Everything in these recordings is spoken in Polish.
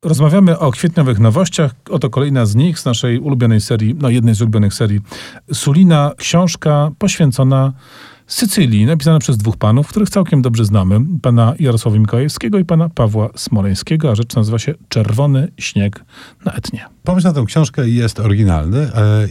Rozmawiamy o kwietniowych nowościach. Oto kolejna z nich z naszej ulubionej serii, jednej z ulubionych serii Sulina. Książka poświęcona Sycylii, napisana przez dwóch panów, których całkiem dobrze znamy. Pana Jarosława Mikołajewskiego i pana Pawła Smoleńskiego, a rzecz nazywa się Czerwony śnieg na Etnie. Pomysł na tę książkę jest oryginalny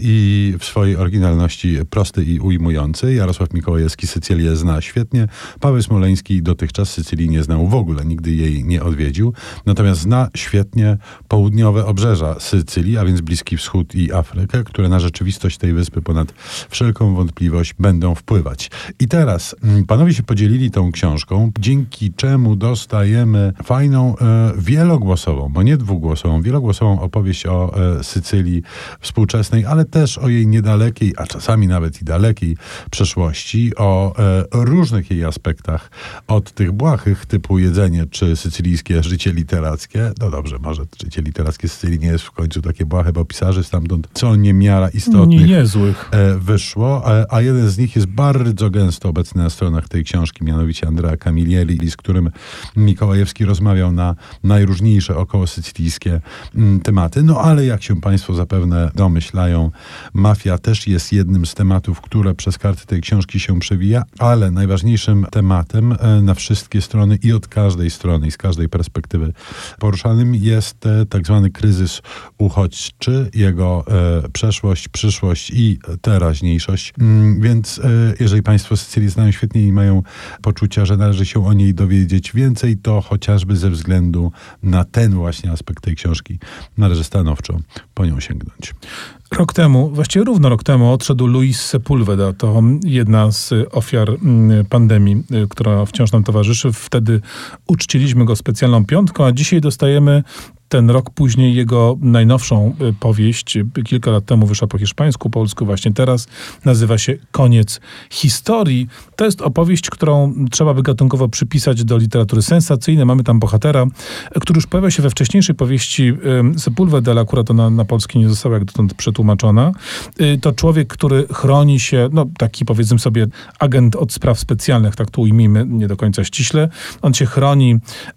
i w swojej oryginalności prosty i ujmujący. Jarosław Mikołajewski Sycylię zna świetnie. Paweł Smoleński dotychczas Sycylii nie znał w ogóle, nigdy jej nie odwiedził. Natomiast zna świetnie południowe obrzeża Sycylii, a więc Bliski Wschód i Afrykę, które na rzeczywistość tej wyspy ponad wszelką wątpliwość będą wpływać. I teraz panowie się podzielili tą książką, dzięki czemu dostajemy fajną, wielogłosową, bo nie dwugłosową, wielogłosową opowieść o Sycylii współczesnej, ale też o jej niedalekiej, a czasami nawet i dalekiej przeszłości, o różnych jej aspektach, od tych błahych typu jedzenie, czy sycylijskie życie literackie. No dobrze, może życie literackie Sycylii nie jest w końcu takie błahe, bo pisarzy stamtąd co niemiara istotnych niezłych wyszło, a jeden z nich jest bardzo gęsto obecny na stronach tej książki, mianowicie Andrea Camilleri, z którym Mikołajewski rozmawiał na najróżniejsze okołosycylijskie tematy. No ale jak się państwo zapewne domyślają, mafia też jest jednym z tematów, które przez karty tej książki się przewija, ale najważniejszym tematem na wszystkie strony i od każdej strony i z każdej perspektywy poruszanym jest tak zwany kryzys uchodźczy, jego przeszłość, przyszłość i teraźniejszość. Więc jeżeli państwo Sycylii znają świetnie i mają poczucia, że należy się o niej dowiedzieć więcej, to chociażby ze względu na ten właśnie aspekt tej książki należy stanowczo po nią sięgnąć. Rok temu, właściwie równo rok temu, odszedł Luis Sepúlveda. To jedna z ofiar pandemii, która wciąż nam towarzyszy. Wtedy uczciliśmy go specjalną piątką, a dzisiaj dostajemy ten rok później jego najnowszą powieść. Kilka lat temu wyszła po hiszpańsku, polsku właśnie teraz. Nazywa się Koniec historii. To jest opowieść, którą trzeba by gatunkowo przypisać do literatury sensacyjnej. Mamy tam bohatera, który już pojawia się we wcześniejszej powieści Sepúlvedy, ale akurat ona na polski nie została jak dotąd przetłumaczona. To człowiek, który chroni się, taki powiedzmy sobie agent od spraw specjalnych, tak tu ujmijmy, nie do końca ściśle. On się chroni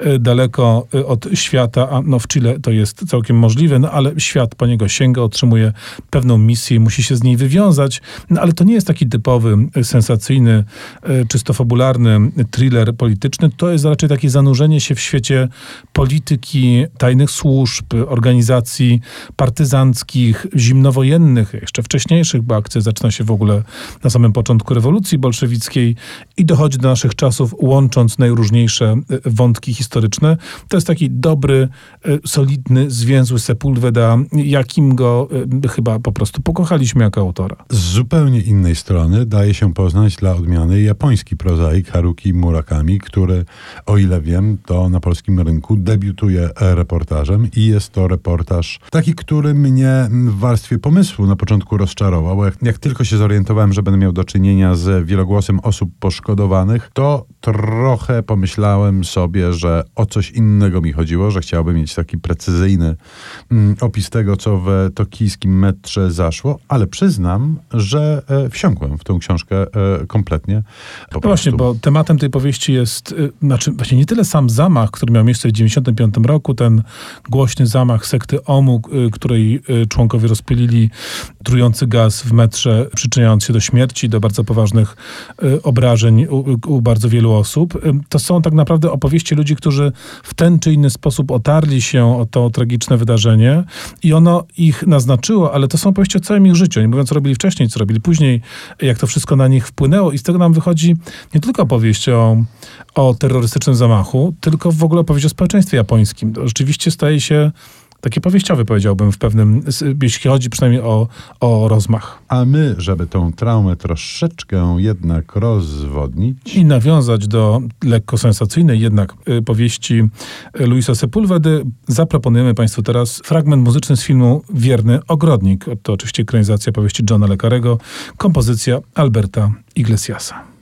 daleko od świata, a w Chile to jest całkiem możliwe, ale świat po niego sięga, otrzymuje pewną misję i musi się z niej wywiązać. Ale to nie jest taki typowy, sensacyjny, czysto fabularny thriller polityczny. To jest raczej takie zanurzenie się w świecie polityki, tajnych służb, organizacji partyzanckich, zimnowojennych, jeszcze wcześniejszych, bo akcja zaczyna się w ogóle na samym początku rewolucji bolszewickiej i dochodzi do naszych czasów, łącząc najróżniejsze wątki historyczne. To jest taki dobry, solidny, zwięzły Sepúlveda, jakim go chyba po prostu pokochaliśmy jako autora. Z zupełnie innej strony daje się poznać dla odmiany japoński prozaik Haruki Murakami, który, o ile wiem, to na polskim rynku debiutuje reportażem i jest to reportaż taki, który mnie w warstwie pomysłu na początku rozczarował. Jak tylko się zorientowałem, że będę miał do czynienia z wielogłosem osób poszkodowanych, to trochę pomyślałem sobie, że o coś innego mi chodziło, że chciałbym mieć taki precyzyjny opis tego, co w tokijskim metrze zaszło, ale przyznam, że wsiąkłem w tą książkę kompletnie. Właśnie, bo tematem tej powieści jest, właśnie nie tyle sam zamach, który miał miejsce w 1995 roku, ten głośny zamach sekty OMU, której członkowie rozpylili trujący gaz w metrze, przyczyniając się do śmierci, do bardzo poważnych obrażeń u bardzo wielu osób. To są tak naprawdę opowieści ludzi, którzy w ten czy inny sposób otarli się o to tragiczne wydarzenie i ono ich naznaczyło, ale to są opowieści o całym ich życiu. Nie mówiąc, co robili wcześniej, co robili później, jak to wszystko na nich wpłynęło i z tego nam wychodzi nie tylko opowieść o terrorystycznym zamachu, tylko w ogóle opowieść o społeczeństwie japońskim. To rzeczywiście staje się takie powieściowe, powiedziałbym, w pewnym, jeśli chodzi przynajmniej o rozmach. A my, żeby tą traumę troszeczkę jednak rozwodnić i nawiązać do lekko sensacyjnej jednak powieści Luisa Sepúlvedy, zaproponujemy Państwu teraz fragment muzyczny z filmu Wierny ogrodnik. To oczywiście ekranizacja powieści Johna le Carrego, kompozycja Alberta Iglesiasa.